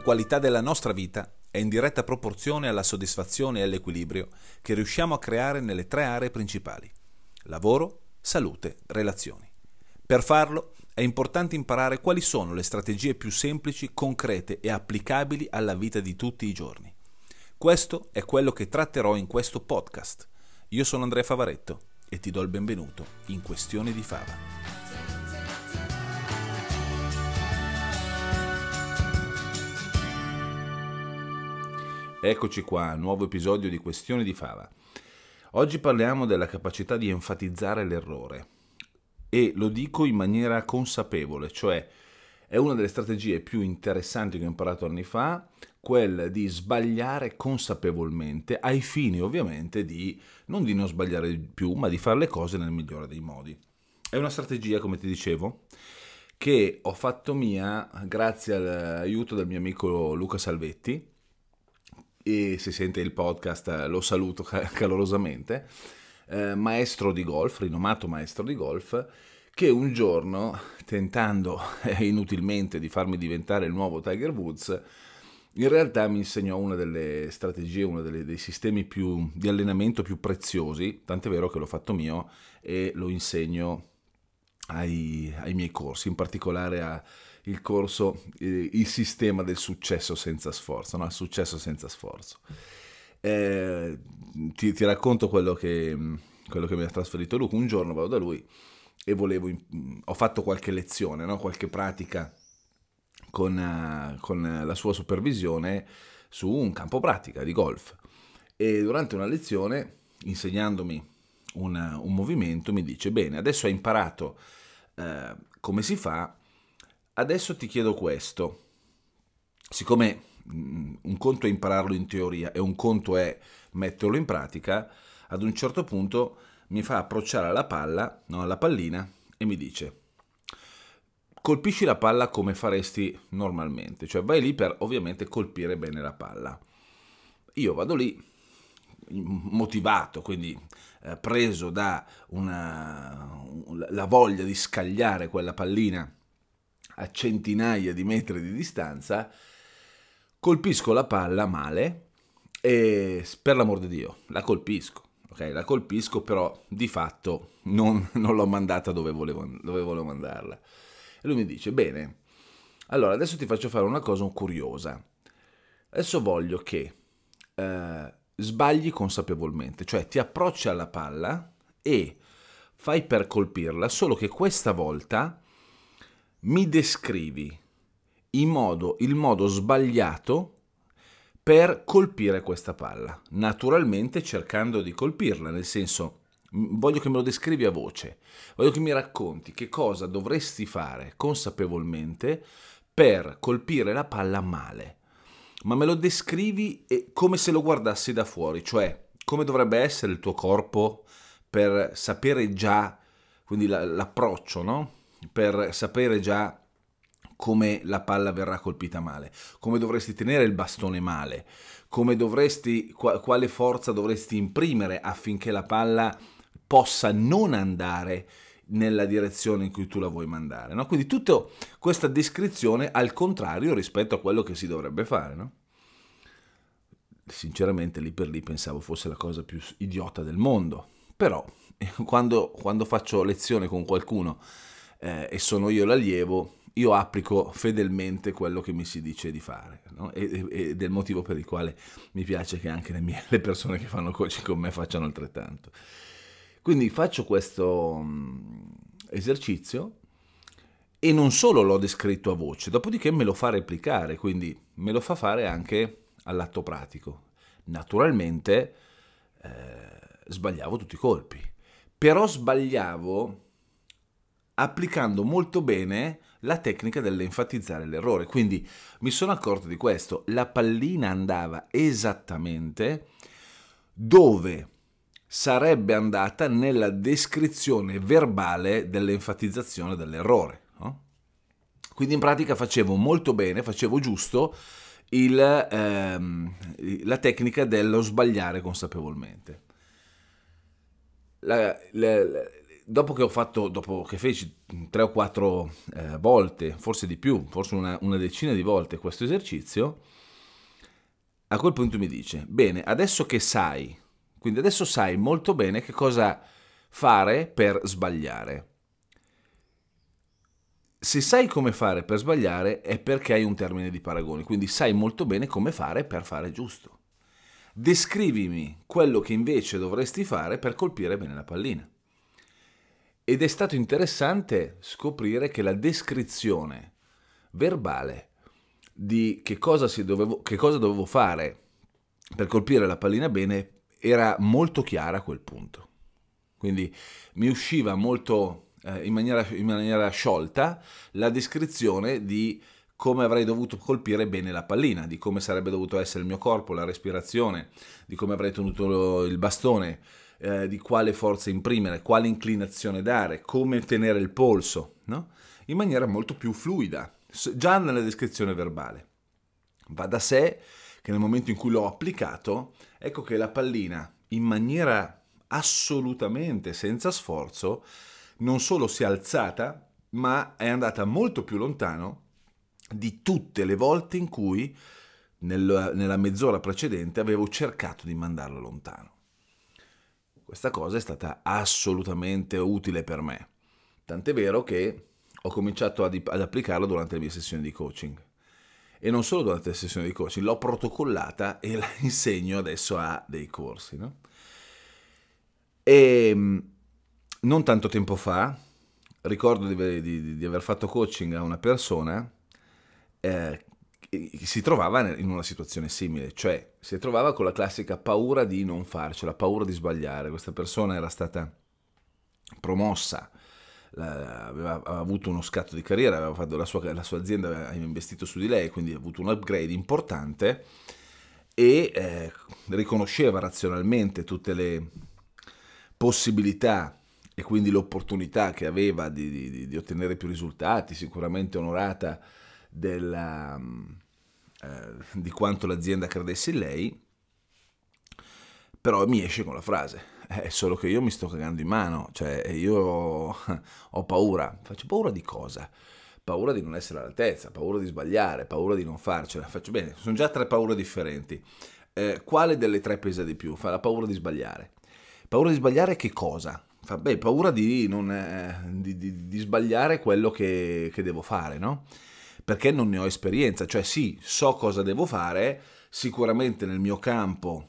qualità della nostra vita è in diretta proporzione alla soddisfazione e all'equilibrio che riusciamo a creare nelle 3 aree principali: lavoro, salute, relazioni. Per farlo è importante imparare quali sono le strategie più semplici, concrete e applicabili alla vita di tutti i giorni. Questo è quello che tratterò in questo podcast. Io sono Andrea Favaretto e ti do il benvenuto in Questioni di Fava. Eccoci qua, nuovo episodio di Questioni di Fava. Oggi parliamo della capacità di enfatizzare l'errore e lo dico in maniera consapevole, cioè è una delle strategie più interessanti che ho imparato anni fa, quella di sbagliare consapevolmente ai fini ovviamente non di non sbagliare più, ma di fare le cose nel migliore dei modi. È una strategia, come ti dicevo, che ho fatto mia grazie all'aiuto del mio amico Luca Salvetti, e se sente il podcast lo saluto calorosamente, maestro di golf, rinomato maestro di golf, che un giorno, tentando inutilmente di farmi diventare il nuovo Tiger Woods, in realtà mi insegnò una delle strategie, dei sistemi di allenamento più preziosi, tant'è vero che l'ho fatto mio e lo insegno ai miei corsi, in particolare il corso il sistema del successo senza sforzo, no? Il successo senza sforzo. Ti racconto quello che mi ha trasferito Luca. Un giorno vado da lui e ho fatto qualche lezione, no? Qualche pratica con la sua supervisione su un campo pratica di golf, e durante una lezione, insegnandomi un movimento, mi dice: bene, adesso hai imparato come si fa, adesso ti chiedo questo. Siccome un conto è impararlo in teoria e un conto è metterlo in pratica, ad un certo punto mi fa approcciare alla palla, no, alla pallina, e mi dice: colpisci la palla come faresti normalmente, cioè vai lì per ovviamente colpire bene la palla. Io vado lì motivato, quindi preso da la voglia di scagliare quella pallina a centinaia di metri di distanza, colpisco la palla male e per l'amor di Dio la colpisco, ok? La colpisco, però di fatto non l'ho mandata dove volevo mandarla. E lui mi dice: bene, allora adesso ti faccio fare una cosa curiosa. Adesso voglio che sbagli consapevolmente, cioè ti approcci alla palla e fai per colpirla, solo che questa volta mi descrivi il modo sbagliato per colpire questa palla, naturalmente cercando di colpirla, nel senso, voglio che me lo descrivi a voce, voglio che mi racconti che cosa dovresti fare consapevolmente per colpire la palla male, ma me lo descrivi come se lo guardassi da fuori, cioè come dovrebbe essere il tuo corpo per sapere già, quindi l'approccio, no? Per sapere già come la palla verrà colpita male, come dovresti tenere il bastone male, quale forza dovresti imprimere affinché la palla possa non andare nella direzione in cui tu la vuoi mandare, no? Quindi tutta questa descrizione al contrario rispetto a quello che si dovrebbe fare, no? Sinceramente lì per lì pensavo fosse la cosa più idiota del mondo, però quando faccio lezione con qualcuno e sono io l'allievo, io applico fedelmente quello che mi si dice di fare, no? Ed è il motivo per il quale mi piace che anche le persone che fanno coaching con me facciano altrettanto. Quindi faccio questo esercizio e non solo l'ho descritto a voce, dopodiché me lo fa replicare, quindi me lo fa fare anche all'atto pratico. Naturalmente sbagliavo tutti i colpi, però sbagliavo applicando molto bene la tecnica dell'enfatizzare l'errore. Quindi mi sono accorto di questo: la pallina andava esattamente dove sarebbe andata nella descrizione verbale dell'enfatizzazione dell'errore, no? Quindi in pratica facevo molto bene, facevo giusto la tecnica dello sbagliare consapevolmente. dopo che feci 3 o 4 volte, forse di più, forse una decina di volte questo esercizio, a quel punto mi dice, bene, adesso che sai, quindi adesso sai molto bene che cosa fare per sbagliare. Se sai come fare per sbagliare è perché hai un termine di paragone, quindi sai molto bene come fare per fare giusto. Descrivimi quello che invece dovresti fare per colpire bene la pallina. Ed è stato interessante scoprire che la descrizione verbale di che cosa dovevo fare per colpire la pallina bene era molto chiara a quel punto. Quindi mi usciva molto in maniera sciolta la descrizione di come avrei dovuto colpire bene la pallina, di come sarebbe dovuto essere il mio corpo, la respirazione, di come avrei tenuto il bastone, di quale forza imprimere, quale inclinazione dare, come tenere il polso, no? In maniera molto più fluida, già nella descrizione verbale. Va da sé che nel momento in cui l'ho applicato, ecco che la pallina, in maniera assolutamente senza sforzo, non solo si è alzata, ma è andata molto più lontano di tutte le volte in cui nella mezz'ora precedente avevo cercato di mandarla lontano. Questa cosa è stata assolutamente utile per me, tant'è vero che ho cominciato ad applicarlo durante le mie sessioni di coaching. E non solo durante le sessioni di coaching, l'ho protocollata e la insegno adesso a dei corsi, no? E non tanto tempo fa, ricordo di aver fatto coaching a una persona che si trovava in una situazione simile, cioè si trovava con la classica paura di non farcela, paura di sbagliare. Questa persona era stata promossa, aveva avuto uno scatto di carriera, aveva fatto la sua azienda aveva investito su di lei, quindi ha avuto un upgrade importante e riconosceva razionalmente tutte le possibilità e quindi l'opportunità che aveva di ottenere più risultati, sicuramente onorata di quanto l'azienda credesse in lei, però mi esce con la frase, è solo che io mi sto cagando in mano, cioè io ho paura. Faccio paura di cosa? Paura di non essere all'altezza, paura di sbagliare, paura di non farcela. Faccio bene, sono già 3 paure differenti. Quale delle 3 pesa di più? Fa la paura di sbagliare. Paura di sbagliare che cosa? Fa, paura di sbagliare quello che devo fare, no? Perché non ne ho esperienza, cioè sì, so cosa devo fare, sicuramente nel mio campo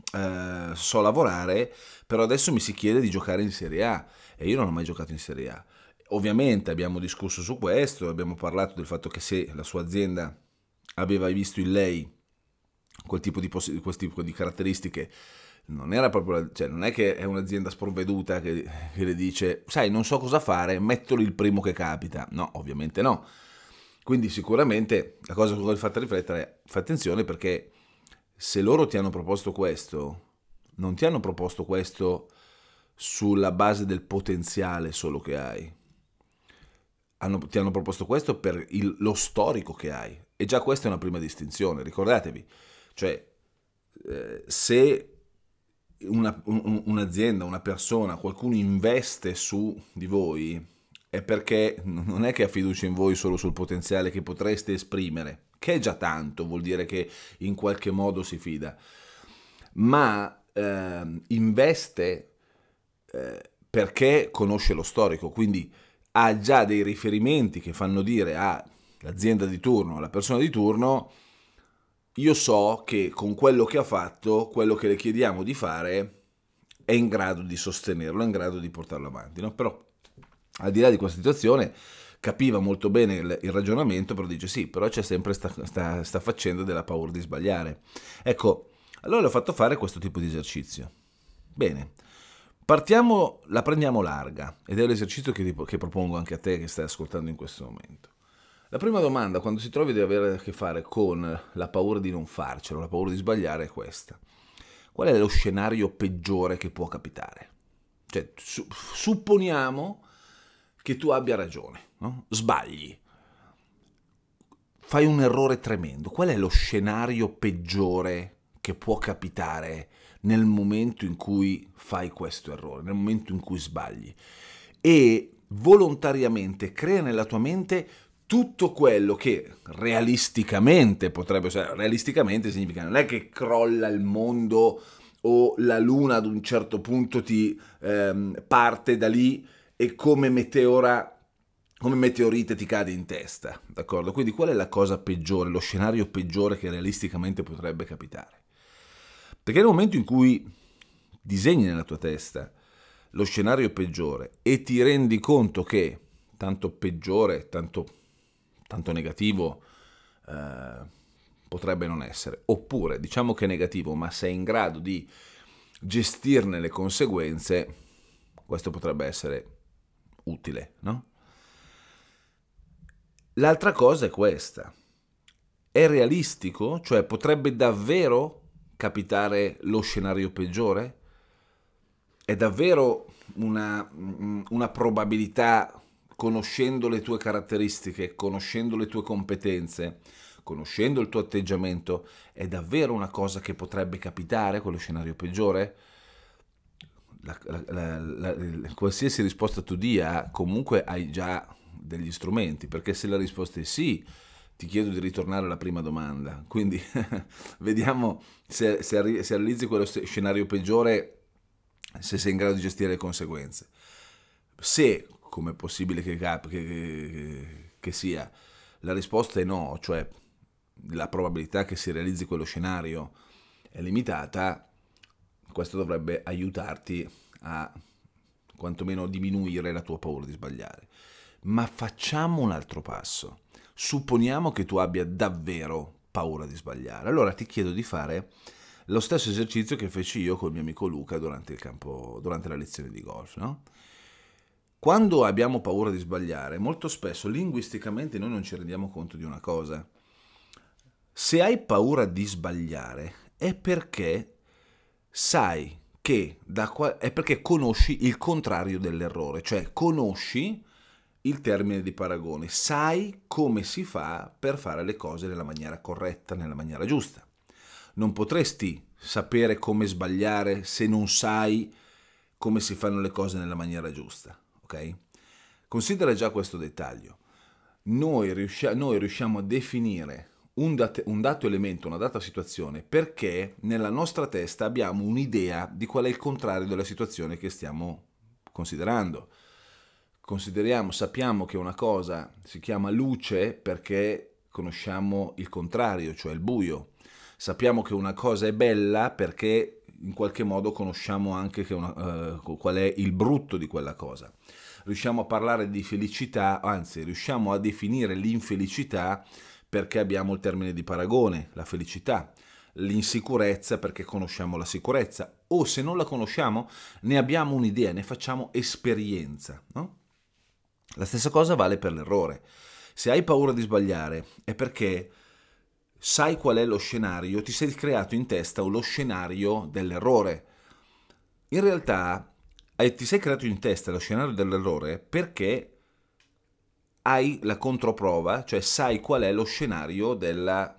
so lavorare, però adesso mi si chiede di giocare in Serie A e io non ho mai giocato in Serie A. Ovviamente abbiamo discusso su questo, abbiamo parlato del fatto che se la sua azienda aveva visto in lei quel tipo di caratteristiche, non era proprio, cioè non è che è un'azienda sprovveduta che le dice, sai, non so cosa fare, mettoli il primo che capita. No, ovviamente no. Quindi sicuramente la cosa che vuole fare riflettere è, fai attenzione, perché se loro ti hanno proposto questo, non ti hanno proposto questo sulla base del potenziale solo che hai. Ti hanno proposto questo per lo storico che hai. E già questa è una prima distinzione, ricordatevi. Cioè, se un'azienda, una persona, qualcuno investe su di voi, è perché non è che ha fiducia in voi solo sul potenziale che potreste esprimere, che è già tanto, vuol dire che in qualche modo si fida, ma investe perché conosce lo storico, quindi ha già dei riferimenti che fanno dire all'azienda di turno, alla persona di turno, io so che con quello che ha fatto, quello che le chiediamo di fare, è in grado di sostenerlo, è in grado di portarlo avanti, no? Però al di là di questa situazione capiva molto bene il ragionamento, però dice sì, però c'è sempre sta faccenda della paura di sbagliare. Ecco, allora le ho fatto fare questo tipo di esercizio. Bene, la prendiamo larga, ed è l'esercizio che propongo anche a te che stai ascoltando in questo momento. La prima domanda, quando si trovi di avere a che fare con la paura di non farcela, la paura di sbagliare, è questa. Qual è lo scenario peggiore che può capitare? Cioè, supponiamo che tu abbia ragione, no? Sbagli, fai un errore tremendo. Qual è lo scenario peggiore che può capitare nel momento in cui fai questo errore, nel momento in cui sbagli? e volontariamente crea nella tua mente tutto quello che realisticamente potrebbe essere. Realisticamente significa non è che crolla il mondo o la luna ad un certo punto ti parte da lì e come meteorite ti cade in testa, d'accordo? Quindi qual è la cosa peggiore, lo scenario peggiore che realisticamente potrebbe capitare? Perché nel momento in cui disegni nella tua testa lo scenario peggiore e ti rendi conto che tanto peggiore, tanto negativo potrebbe non essere, oppure diciamo che è negativo ma sei in grado di gestirne le conseguenze, questo potrebbe essere utile, no? L'altra cosa è questa: è realistico? Cioè potrebbe davvero capitare lo scenario peggiore? È davvero una probabilità, conoscendo le tue caratteristiche, conoscendo le tue competenze, conoscendo il tuo atteggiamento, è davvero una cosa che potrebbe capitare, quello scenario peggiore? Qualsiasi risposta tu dia, comunque hai già degli strumenti, perché se la risposta è sì, ti chiedo di ritornare alla prima domanda. Quindi vediamo se realizzi quello scenario peggiore, se sei in grado di gestire le conseguenze. Se, come è possibile che sia, la risposta è no, cioè la probabilità che si realizzi quello scenario è limitata, questo dovrebbe aiutarti a quantomeno diminuire la tua paura di sbagliare. Ma facciamo un altro passo. Supponiamo che tu abbia davvero paura di sbagliare. Allora ti chiedo di fare lo stesso esercizio che feci io col mio amico Luca durante la lezione di golf, no? Quando abbiamo paura di sbagliare, molto spesso linguisticamente noi non ci rendiamo conto di una cosa. Se hai paura di sbagliare è perché sai che è perché conosci il contrario dell'errore, cioè conosci il termine di paragone, sai come si fa per fare le cose nella maniera corretta, nella maniera giusta. Non potresti sapere come sbagliare se non sai come si fanno le cose nella maniera giusta, ok? Considera già questo dettaglio. Noi riusciamo a definire un dato elemento, una data situazione, perché nella nostra testa abbiamo un'idea di qual è il contrario della situazione che stiamo considerando. Sappiamo che una cosa si chiama luce perché conosciamo il contrario, cioè il buio. Sappiamo che una cosa è bella perché in qualche modo conosciamo anche qual è il brutto di quella cosa. Riusciamo a parlare di felicità, anzi riusciamo a definire l'infelicità perché abbiamo il termine di paragone, la felicità, l'insicurezza perché conosciamo la sicurezza, o se non la conosciamo ne abbiamo un'idea, ne facciamo esperienza, no? La stessa cosa vale per l'errore. Se hai paura di sbagliare è perché sai qual è lo scenario, ti sei creato in testa lo scenario dell'errore. In realtà ti sei creato in testa lo scenario dell'errore perché hai la controprova, cioè sai qual è lo scenario della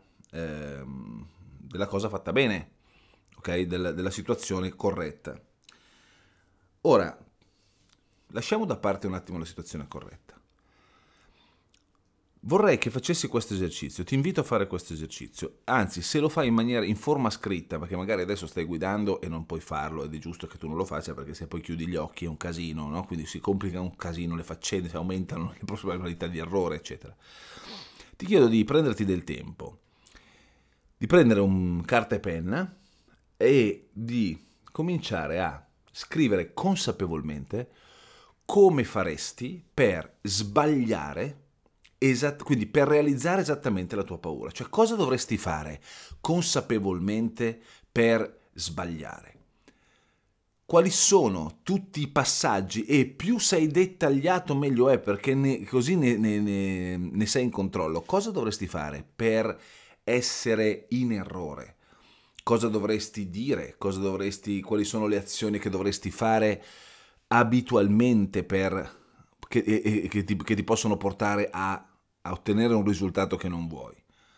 cosa fatta bene, ok? Della situazione corretta. Ora, lasciamo da parte un attimo la situazione corretta. Vorrei che facessi questo esercizio, ti invito a fare questo esercizio, anzi se lo fai in forma scritta, perché magari adesso stai guidando e non puoi farlo ed è giusto che tu non lo faccia perché se poi chiudi gli occhi è un casino, no? Quindi si complica un casino, le faccende, si aumentano le probabilità di errore, eccetera. Ti chiedo di prenderti del tempo, di prendere un carta e penna e di cominciare a scrivere consapevolmente come faresti per sbagliare, quindi per realizzare esattamente la tua paura. Cioè cosa dovresti fare consapevolmente per sbagliare? Quali sono tutti i passaggi e più sei dettagliato meglio è perché così ne sei in controllo. Cosa dovresti fare per essere in errore? Cosa dovresti dire? Quali sono le azioni che dovresti fare abitualmente che ti possono portare a ottenere un risultato che non vuoi?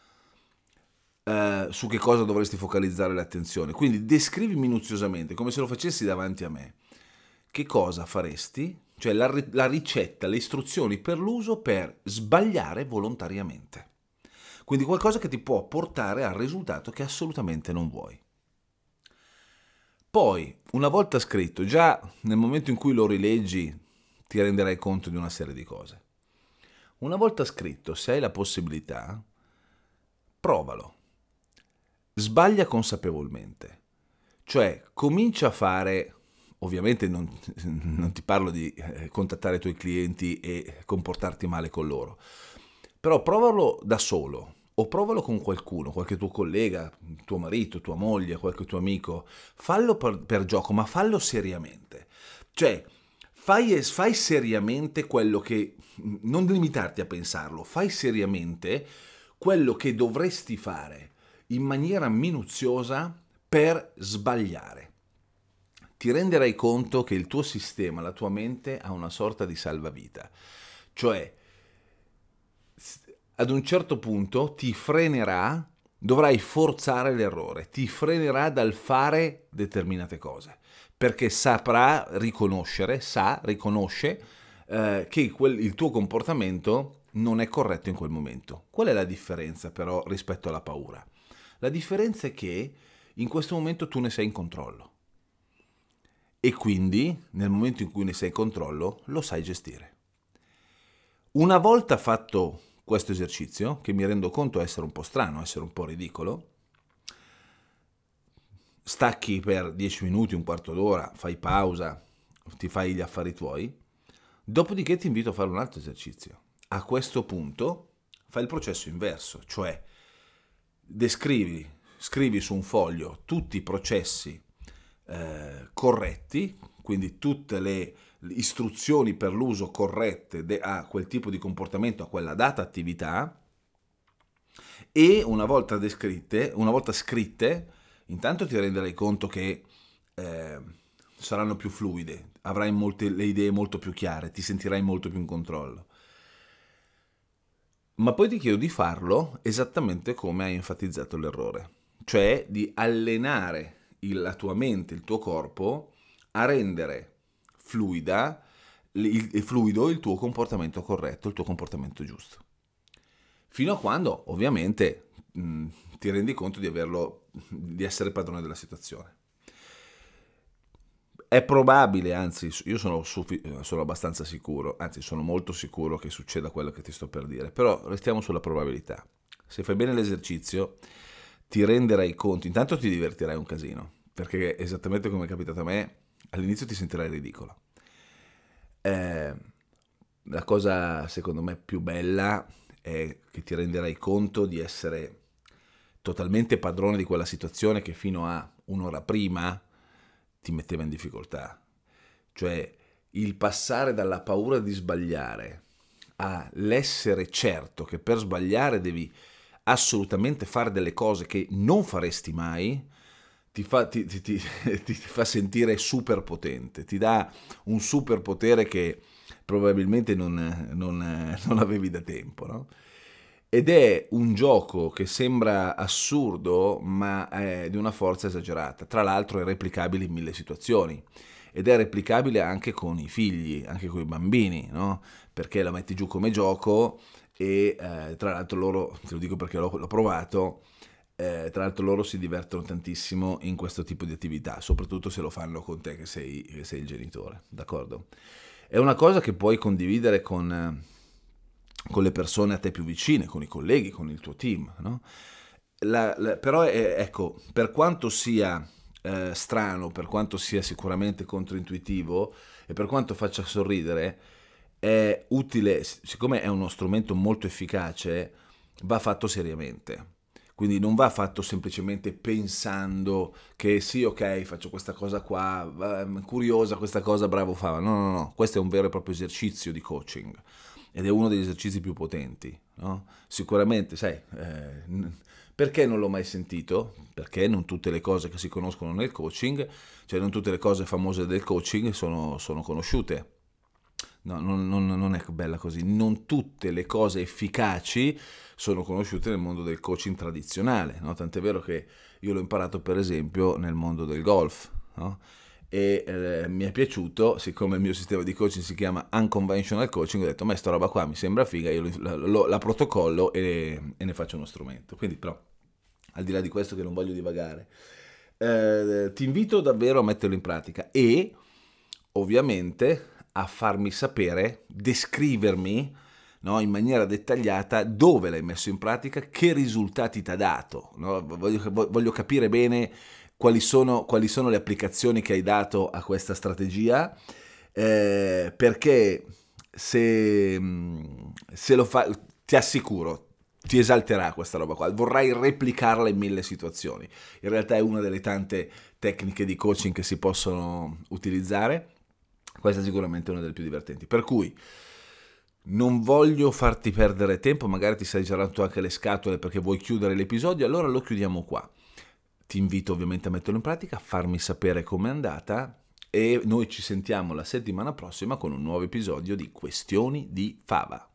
Su che cosa dovresti focalizzare l'attenzione? Quindi descrivi minuziosamente, come se lo facessi davanti a me, che cosa faresti cioè la ricetta, le istruzioni per l'uso per sbagliare volontariamente. Quindi qualcosa che ti può portare al risultato che assolutamente non vuoi. Poi, una volta scritto, già nel momento in cui lo rileggi, ti renderai conto di una serie di cose. Una volta scritto, se hai la possibilità, provalo. Sbaglia consapevolmente. Cioè, comincia a fare, ovviamente non ti parlo di contattare i tuoi clienti e comportarti male con loro, però provalo da solo o provalo con qualcuno, qualche tuo collega, tuo marito, tua moglie, qualche tuo amico. Fallo per gioco, ma fallo seriamente. Cioè, fai seriamente quello che, non limitarti a pensarlo, fai seriamente quello che dovresti fare in maniera minuziosa per sbagliare. Ti renderai conto che il tuo sistema, la tua mente, ha una sorta di salvavita. Cioè, ad un certo punto ti frenerà, dovrai forzare l'errore, ti frenerà dal fare determinate cose, perché riconosce che il tuo comportamento non è corretto in quel momento. Qual è la differenza però rispetto alla paura? La differenza è che in questo momento tu ne sei in controllo e quindi nel momento in cui ne sei in controllo lo sai gestire. Una volta fatto questo esercizio, che mi rendo conto essere un po' strano, essere un po' ridicolo, stacchi per 10 minuti, un quarto d'ora, fai pausa, ti fai gli affari tuoi, dopodiché ti invito a fare un altro esercizio. A questo punto fai il processo inverso, cioè scrivi su un foglio tutti i processi corretti, quindi tutte le istruzioni per l'uso corrette a quel tipo di comportamento, a quella data attività, e una volta scritte, intanto ti renderai conto che saranno più fluide, avrai le idee molto più chiare, ti sentirai molto più in controllo. Ma poi ti chiedo di farlo esattamente come hai enfatizzato l'errore, cioè di allenare la tua mente, il tuo corpo, a rendere fluido il tuo comportamento corretto, il tuo comportamento giusto. Fino a quando, ovviamente, ti rendi conto di essere padrone della situazione. È probabile, anzi, io sono abbastanza sicuro, anzi sono molto sicuro che succeda quello che ti sto per dire, però restiamo sulla probabilità. Se fai bene l'esercizio, ti renderai conto, intanto ti divertirai un casino, perché esattamente come è capitato a me, all'inizio ti sentirai ridicolo. La cosa, secondo me, più bella è che ti renderai conto di essere totalmente padrone di quella situazione che fino a un'ora prima ti metteva in difficoltà. Cioè, il passare dalla paura di sbagliare all'essere certo che per sbagliare devi assolutamente fare delle cose che non faresti mai, ti fa sentire super potente, ti dà un superpotere che probabilmente non avevi da tempo, no? Ed è un gioco che sembra assurdo, ma è di una forza esagerata. Tra l'altro è replicabile in 1000 situazioni. Ed è replicabile anche con i figli, anche con i bambini, no? Perché la metti giù come gioco e tra l'altro loro, te lo dico perché l'ho provato, tra l'altro loro si divertono tantissimo in questo tipo di attività, soprattutto se lo fanno con te che sei il genitore, d'accordo? È una cosa che puoi condividere con le persone a te più vicine, con i colleghi, con il tuo team, no? Però ecco, per quanto sia strano, per quanto sia sicuramente controintuitivo e per quanto faccia sorridere, è utile, siccome è uno strumento molto efficace, va fatto seriamente. Quindi non va fatto semplicemente pensando che sì, ok, faccio questa cosa qua, curiosa questa cosa, bravo Fava. No, questo è un vero e proprio esercizio di coaching ed è uno degli esercizi più potenti, no? Sicuramente, sai, perché non l'ho mai sentito? Perché non tutte le cose che si conoscono nel coaching, cioè non tutte le cose famose del coaching sono conosciute. No, non è bella così. Non tutte le cose efficaci sono conosciute nel mondo del coaching tradizionale, no? Tant'è vero che io l'ho imparato per esempio nel mondo del golf, no? e mi è piaciuto. Siccome il mio sistema di coaching si chiama Unconventional Coaching, ho detto, ma sta roba qua mi sembra figa, io la protocollo e ne faccio uno strumento. Quindi però, al di là di questo, che non voglio divagare, ti invito davvero a metterlo in pratica e ovviamente a farmi sapere, descrivermi, no, in maniera dettagliata dove l'hai messo in pratica, che risultati ti ha dato, no? Voglio capire bene quali sono le applicazioni che hai dato a questa strategia, perché se lo fai, ti assicuro, ti esalterà questa roba qua, vorrai replicarla in 1000 situazioni. In realtà è una delle tante tecniche di coaching che si possono utilizzare. Questa è sicuramente una delle più divertenti. Per cui non voglio farti perdere tempo, magari ti stai girando anche le scatole perché vuoi chiudere l'episodio, allora lo chiudiamo qua. Ti invito ovviamente a metterlo in pratica, a farmi sapere com'è andata e noi ci sentiamo la settimana prossima con un nuovo episodio di Questioni di Fava.